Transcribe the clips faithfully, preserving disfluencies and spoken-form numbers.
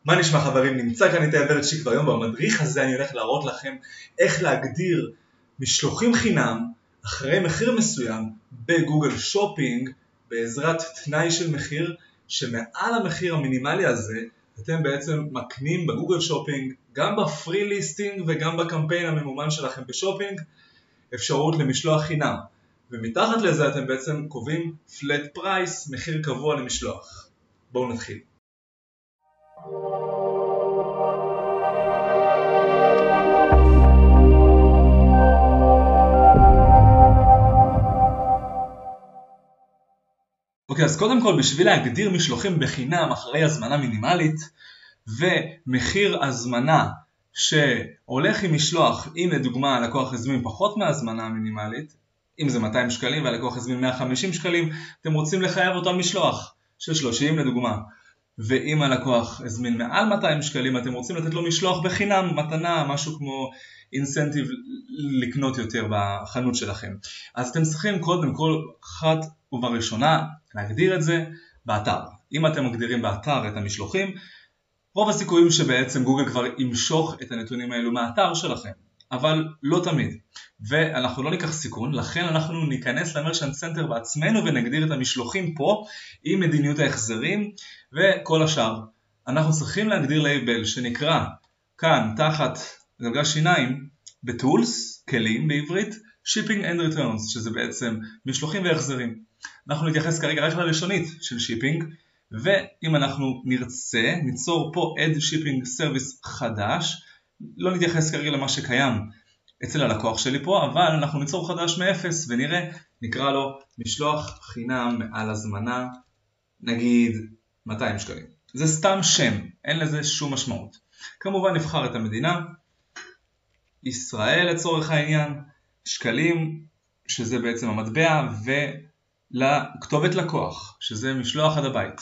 מה נשמע חברים? נמצא כאן איתי ורצ'יק, והיום במדריך הזה אני הולך להראות לכם איך להגדיר משלוחים חינם אחרי מחיר מסוים בגוגל שופינג בעזרת תנאי של מחיר שמעל המחיר המינימלי הזה אתם בעצם מקנים בגוגל שופינג גם בפרי ליסטינג וגם בקמפיין הממומן שלכם בשופינג אפשרות למשלוח חינם, ומתחת לזה אתם בעצם קובעים flat price, מחיר קבוע למשלוח. בואו נתחיל. אוקיי, אז קודם כל בשביל להגדיר משלוחים בחינם אחרי הזמנה מינימלית ומחיר הזמנה שהולך עם משלוח, אם לדוגמה הלקוח הזמין פחות מהזמנה המינימלית, אם זה מאתיים שקלים והלקוח הזמין מאה וחמישים שקלים, אתם רוצים לחייב אותו משלוח של שלושים לדוגמה. ואם הלקוח הזמין מעל מאתיים שקלים, אתם רוצים לתת לו משלוח בחינם, מתנה, משהו כמו אינסנטיב לקנות יותר בחנות שלכם. אז אתם צריכים קודם כל אחת ובראשונה להגדיר את זה באתר. אם אתם מגדירים באתר את המשלוחים, רוב הסיכויים שבעצם גוגל כבר ימשוך את הנתונים האלו מהאתר שלכם, אבל לא תמיד. ואנחנו לא ניקח סיכון, לכן אנחנו ניכנס למרצ'נט סנטר בעצמנו ונגדיר את המשלוחים פה עם מדיניות ההחזרים וכל השאר. אנחנו צריכים להגדיר לייבל שנקרא כאן תחת גלגל שיניים בטולס, כלים בעברית, Shipping and Returns, שזה בעצם משלוחים והחזרים. אנחנו נתייחס כרגע רק לראשונית של שיפינג, ואם אנחנו נרצה, ניצור פה Add Shipping Service חדש, לא נתייחס כרגע למה שקיים אצל הלקוח שלי פה, אבל אנחנו ניצור חדש מאפס ונראה, נקרא לו משלוח חינם מעל הזמנה, נגיד מאתיים שקלים. זה סתם שם, אין לזה שום משמעות. כמובן נבחר את המדינה, ישראל לצורך העניין, שקלים, שזה בעצם המטבע, ולכתובת לקוח, שזה משלוח עד הבית.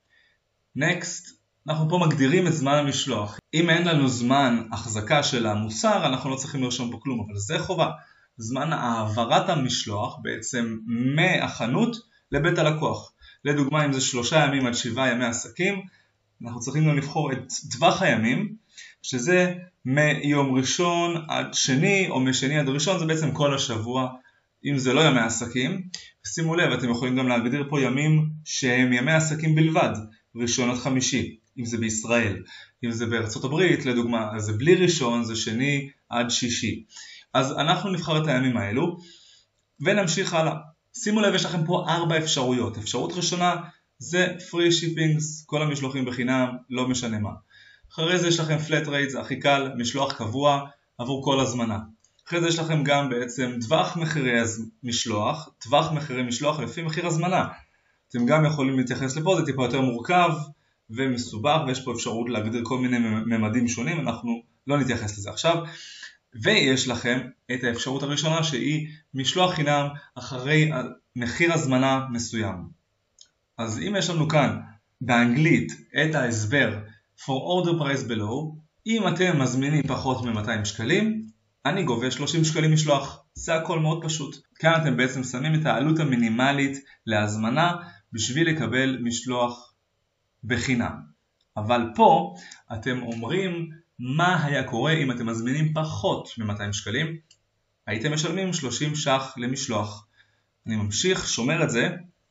Next, אנחנו פה מגדירים את זמן המשלוח. אם אין לנו זמן החזקה של המוצר, אנחנו לא צריכים לרשום פה כלום, אבל זה חובה. זמן העברת המשלוח בעצם מהחנות לבית הלקוח. לדוגמה, אם זה שלושה ימים עד שבעה ימי עסקים, אנחנו צריכים גם לבחור את טווח הימים, שזה מיום ראשון עד שני, או משני עד ראשון, זה בעצם כל השבוע, אם זה לא ימי עסקים. שימו לב, אתם יכולים גם להגדיר פה ימים שהם ימי עסקים בלבד, ראשון עד חמישי, אם זה בישראל. אם זה בארצות הברית, לדוגמה, אז זה בלי ראשון, זה שני עד שישי. אז אנחנו נבחר את הימים האלו, ונמשיך הלאה. שימו לב, יש לכם פה ארבע אפשרויות. אפשרות ראשונה זה free shipping, כל המשלוחים בחינם, לא משנה מה. אחרי זה יש לכם flat rate, זה הכי קל, משלוח קבוע עבור כל הזמנה. אחרי זה יש לכם גם בעצם טווח מחירי משלוח, טווח מחירי משלוח לפי מחיר הזמנה. אתם גם יכולים להתייחס לפה, זה טיפה יותר מורכב ומסובך, ויש פה אפשרות להגדיר כל מיני ממדים שונים, אנחנו לא נתייחס לזה עכשיו. ויש לכם את האפשרות הראשונה שהיא משלוח חינם אחרי מחיר הזמנה מסוים. אז אם יש לנו כאן באנגלית את ההסבר for order price below, אם אתם מזמינים פחות מ-מאתיים שקלים, אני גובה שלושים שקלים משלוח. זה הכל מאוד פשוט. כאן אתם בעצם שמים את העלות המינימלית להזמנה בשביל לקבל משלוח בחינם. אבל פה אתם אומרים מה היה קורה אם אתם מזמינים פחות מ-מאתיים שקלים. הייתם משלמים שלושים ש"ח למשלוח. אני ממשיך, שומר את זה,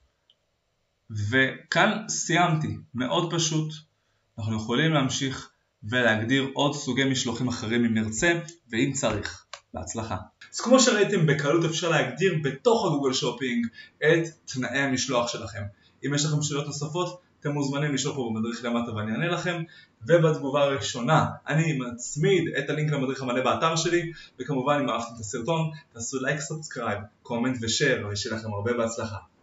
וכאן סיימתי. מאוד פשוט. אנחנו יכולים להמשיך ולהגדיר עוד סוגי משלוחים אחרים אם נרצה ואם צריך. בהצלחה. אז כמו שראיתם, בקלות אפשר להגדיר בתוך הגוגל שופינג את תנאי המשלוח שלכם. אם יש לכם שאלות נוספות, אתם מוזמנים לשאול פה במדריך למטה ואני אענה לכם. ובתגובה הראשונה אני מצמיד את הלינק למדריך המלא באתר שלי, וכמובן אם אהבתם את הסרטון תעשו לייק, סאבסקרייב, קומנט ושאר, ושיהיה לכם הרבה בהצלחה.